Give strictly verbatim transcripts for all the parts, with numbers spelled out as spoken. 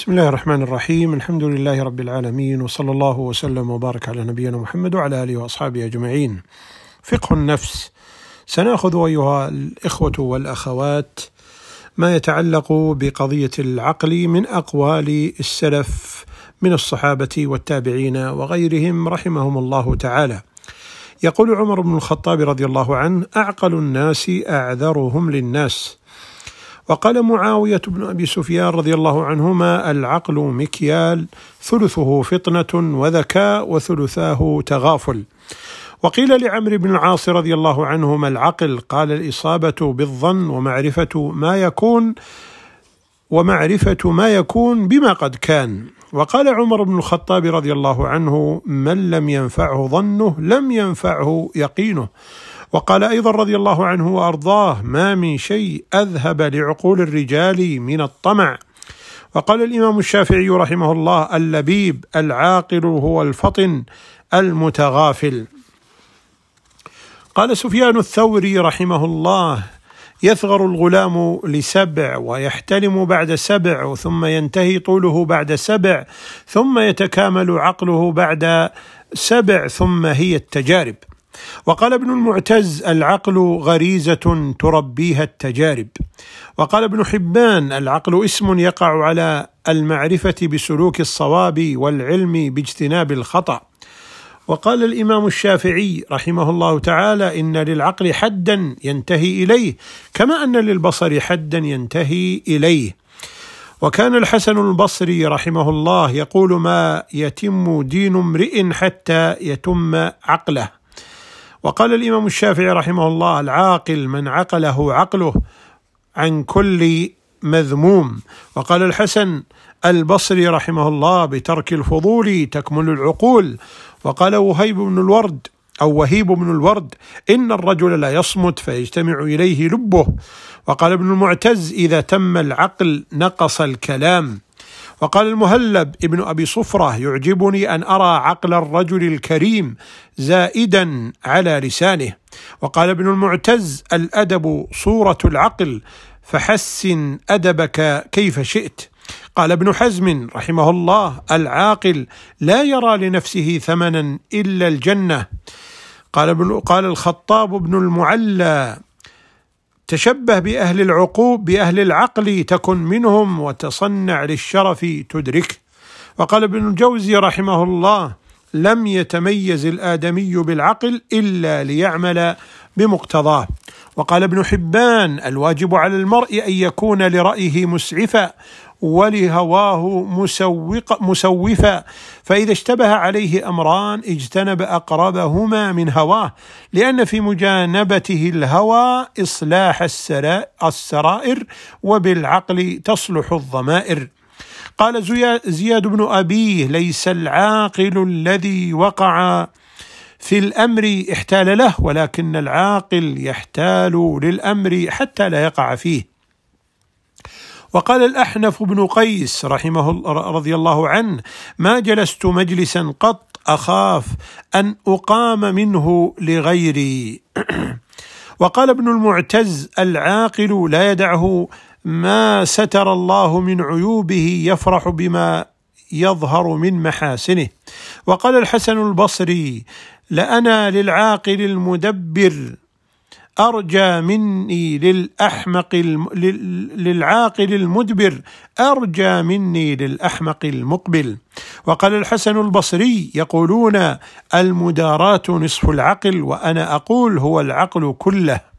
بسم الله الرحمن الرحيم. الحمد لله رب العالمين، وصلى الله وسلم وبارك على نبينا محمد وعلى آله وأصحابه أجمعين. فقه النفس. سنأخذ أيها الإخوة والأخوات ما يتعلق بقضية العقل من أقوال السلف من الصحابة والتابعين وغيرهم رحمهم الله تعالى. يقول عمر بن الخطاب رضي الله عنه: أعقل الناس أعذرهم للناس. وقال معاوية بن أبي سفيان رضي الله عنهما: العقل مكيال، ثلثه فطنة وذكاء وثلثاه تغافل. وقيل لعمرو بن العاص رضي الله عنهما: العقل، قال: الإصابة بالظن ومعرفة ما يكون ومعرفة ما يكون بما قد كان. وقال عمر بن الخطاب رضي الله عنه: من لم ينفعه ظنه لم ينفعه يقينه. وقال أيضا رضي الله عنه وأرضاه: ما من شيء أذهب لعقول الرجال من الطمع. وقال الإمام الشافعي رحمه الله: اللبيب العاقل هو الفطن المتغافل. قال سفيان الثوري رحمه الله: يثغر الغلام لسبع ويحتلم بعد سبع، ثم ينتهي طوله بعد سبع، ثم يتكامل عقله بعد سبع، ثم هي التجارب. وقال ابن المعتز: العقل غريزة تربيها التجارب. وقال ابن حبان: العقل اسم يقع على المعرفة بسلوك الصواب والعلم باجتناب الخطأ. وقال الإمام الشافعي رحمه الله تعالى: إن للعقل حدا ينتهي إليه، كما أن للبصر حدا ينتهي إليه. وكان الحسن البصري رحمه الله يقول: ما يتم دين امرئ حتى يتم عقله. وقال الإمام الشافعي رحمه الله: العاقل من عقله عقله عن كل مذموم. وقال الحسن البصري رحمه الله: بترك الفضول تكمل العقول. وقال وهيب بن الورد أو وهيب بن الورد: إن الرجل لا يصمت فيجتمع إليه لبه. وقال ابن المعتز: إذا تم العقل نقص الكلام. وقال المهلب ابن أبي صفرة: يعجبني أن أرى عقل الرجل الكريم زائدا على لسانه. وقال ابن المعتز: الأدب صورة العقل، فحسن أدبك كيف شئت. قال ابن حزم رحمه الله: العاقل لا يرى لنفسه ثمنا إلا الجنة. قال ابن قال الخطاب بن المعلى: تشبه بأهل العقوب بأهل العقل تكن منهم، وتصنع للشرف تدرك. وقال ابن الجوزي رحمه الله: لم يتميز الآدمي بالعقل إلا ليعمل بمقتضاه. وقال ابن حبان: الواجب على المرء أن يكون لرأيه مسعفا ولهواه مسوق مسوفا، فإذا اشتبه عليه أمران اجتنب أقربهما من هواه، لأن في مجانبته الهوى إصلاح السرائر، وبالعقل تصلح الضمائر. قال زياد بن أبيه: ليس العاقل الذي وقع في الأمر احتال له، ولكن العاقل يحتال للأمر حتى لا يقع فيه. وقال الأحنف بن قيس رحمه الله رضي الله عنه: ما جلست مجلسا قط أخاف أن أقام منه لغيري. وقال ابن المعتز: العاقل لا يدعه ما ستر الله من عيوبه، يفرح بما يظهر من محاسنه. وقال الحسن البصري: لأنا للعاقل المدبر أرجى مني للأحمق الم... للعاقل المدبر أرجى مني للأحمق المقبل. وقال الحسن البصري: يقولون المداراة نصف العقل، وأنا أقول هو العقل كله.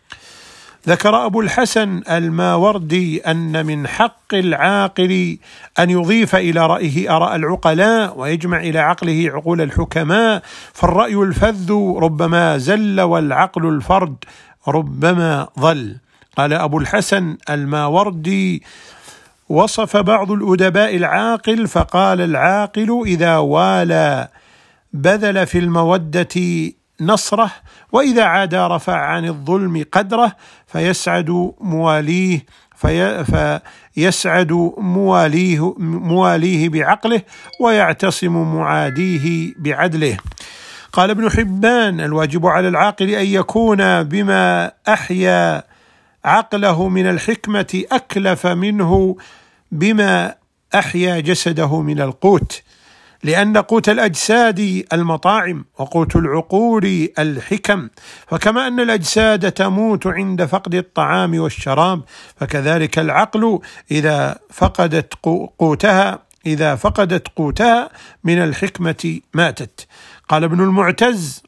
ذكر أبو الحسن الماوردي أن من حق العاقل أن يضيف إلى رأيه آراء العقلاء، ويجمع إلى عقله عقول الحكماء، فالرأي الفذ ربما زل، والعقل الفرد ربما ضل. قال أبو الحسن الماوردي: وصف بعض الأدباء العاقل فقال: العاقل إذا والى بذل في المودة نصره، وإذا عاد رفع عن الظلم قدره، فيسعد مواليه في فيسعد مواليه مواليه بعقله، ويعتصم معاديه بعدله. قال ابن حبان: الواجب على العاقل أن يكون بما أحيا عقله من الحكمة أكلف منه بما أحيا جسده من القوت، لأن قوت الأجساد المطاعم وقوت العقول الحكم، فكما أن الأجساد تموت عند فقد الطعام والشراب، فكذلك العقل إذا فقدت قوتها إذا فقدت قوتها من الحكمة ماتت. قال ابن المعتز: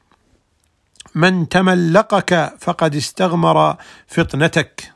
من تملقك فقد استغمر فطنتك.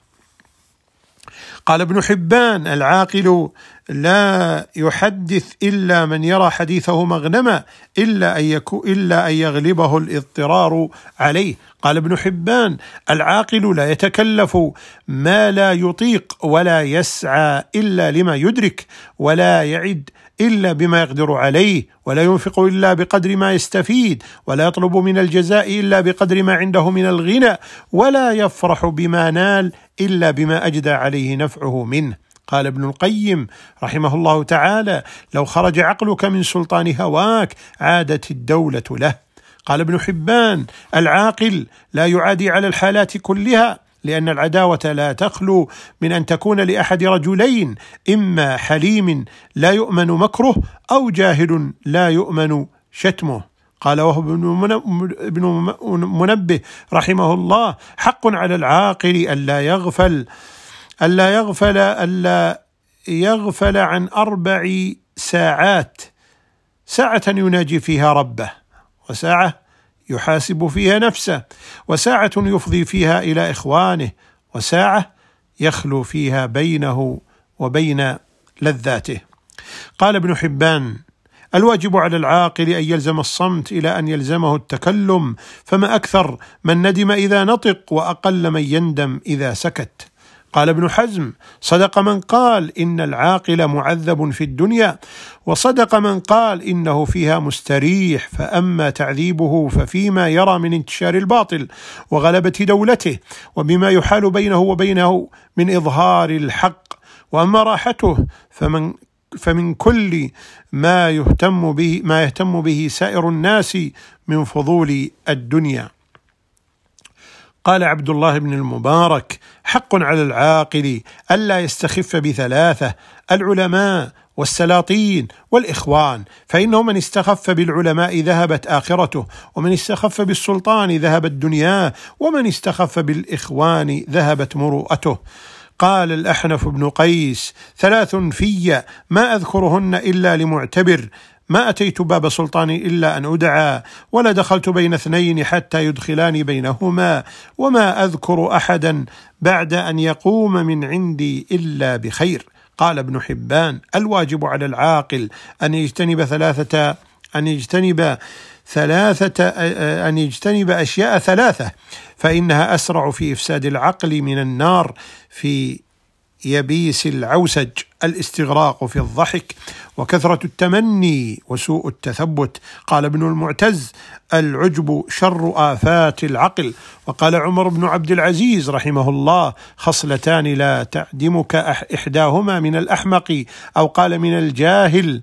قال ابن حبان: العاقل لا يحدث إلا من يرى حديثه مغنما إلا أن يكون إلا أن يغلبه الاضطرار عليه. قال ابن حبان: العاقل لا يتكلف ما لا يطيق، ولا يسعى إلا لما يدرك، ولا يعد إلا بما يقدر عليه، ولا ينفق إلا بقدر ما يستفيد، ولا يطلب من الجزاء إلا بقدر ما عنده من الغنى، ولا يفرح بما نال إلا بما أجدى عليه نفعه منه. قال ابن القيم رحمه الله تعالى: لو خرج عقلك من سلطان هواك عادت الدولة له. قال ابن حبان: العاقل لا يعادي على الحالات كلها، لأن العداوة لا تخلو من أن تكون لأحد رجلين: إما حليم لا يؤمن مكره، أو جاهل لا يؤمن شتمه. قال وهو ابن منبه رحمه الله: حق على العاقل ألا يغفل ألا يغفل ألا يغفل عن أربع ساعات: ساعة يناجي فيها ربه، وساعة يحاسب فيها نفسه، وساعة يفضي فيها إلى إخوانه، وساعة يخلو فيها بينه وبين لذاته. قال ابن حبان: الواجب على العاقل أن يلزم الصمت إلى أن يلزمه التكلم، فما أكثر من ندم إذا نطق، وأقل من يندم إذا سكت. قال ابن حزم: صدق من قال إن العاقل معذب في الدنيا، وصدق من قال إنه فيها مستريح، فأما تعذيبه ففيما يرى من انتشار الباطل وغلبة دولته، وبما يحال بينه وبينه من إظهار الحق، وأما راحته فمن فمن كل ما يهتم به ما يهتم به سائر الناس من فضول الدنيا. قال عبد الله بن المبارك: حق على العاقل ألا يستخف بثلاثة: العلماء والسلاطين والإخوان، فإنه من استخف بالعلماء ذهبت آخرته، ومن استخف بالسلطان ذهبت دنياه، ومن استخف بالإخوان ذهبت مروءته. قال الأحنف بن قيس: ثلاث في ما أذكرهن إلا لمعتبر: ما أتيت باب سلطان إلا أن أدعى، ولا دخلت بين اثنين حتى يدخلان بينهما، وما أذكر أحدا بعد أن يقوم من عندي إلا بخير. قال ابن حبان: الواجب على العاقل أن يجتنب ثلاثة أن يجتنب ثلاثة أن يجتنب أشياء ثلاثة، فإنها أسرع في إفساد العقل من النار في يبيس العوسج: الاستغراق في الضحك، وكثرة التمني، وسوء التثبت. قال ابن المعتز: العجب شر آفات العقل. وقال عمر بن عبد العزيز رحمه الله: خصلتان لا تعدمك إحداهما من الأحمق، أو قال من الجاهل: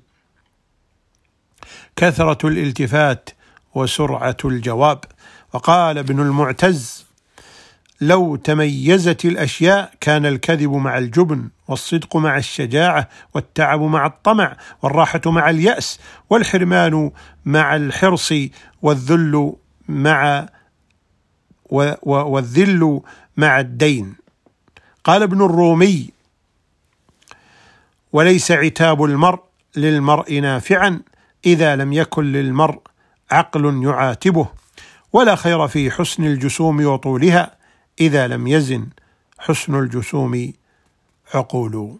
كثرة الالتفات وسرعة الجواب. وقال ابن المعتز: لو تميزت الأشياء كان الكذب مع الجبن، والصدق مع الشجاعة، والتعب مع الطمع، والراحة مع اليأس، والحرمان مع الحرص، والذل مع والذل مع الدين. قال ابن الرومي: وليس عتاب المرء للمرء نافعا إذا لم يكن للمرء عقل يعاتبه، ولا خير في حسن الجسوم وطولها إذا لم يزن حسن الجسوم عقول.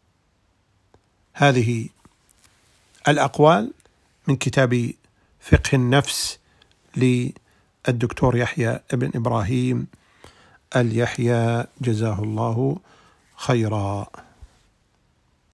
هذه الأقوال من كتاب فقه النفس للدكتور يحيى بن إبراهيم اليحيى، جزاه الله خيرا.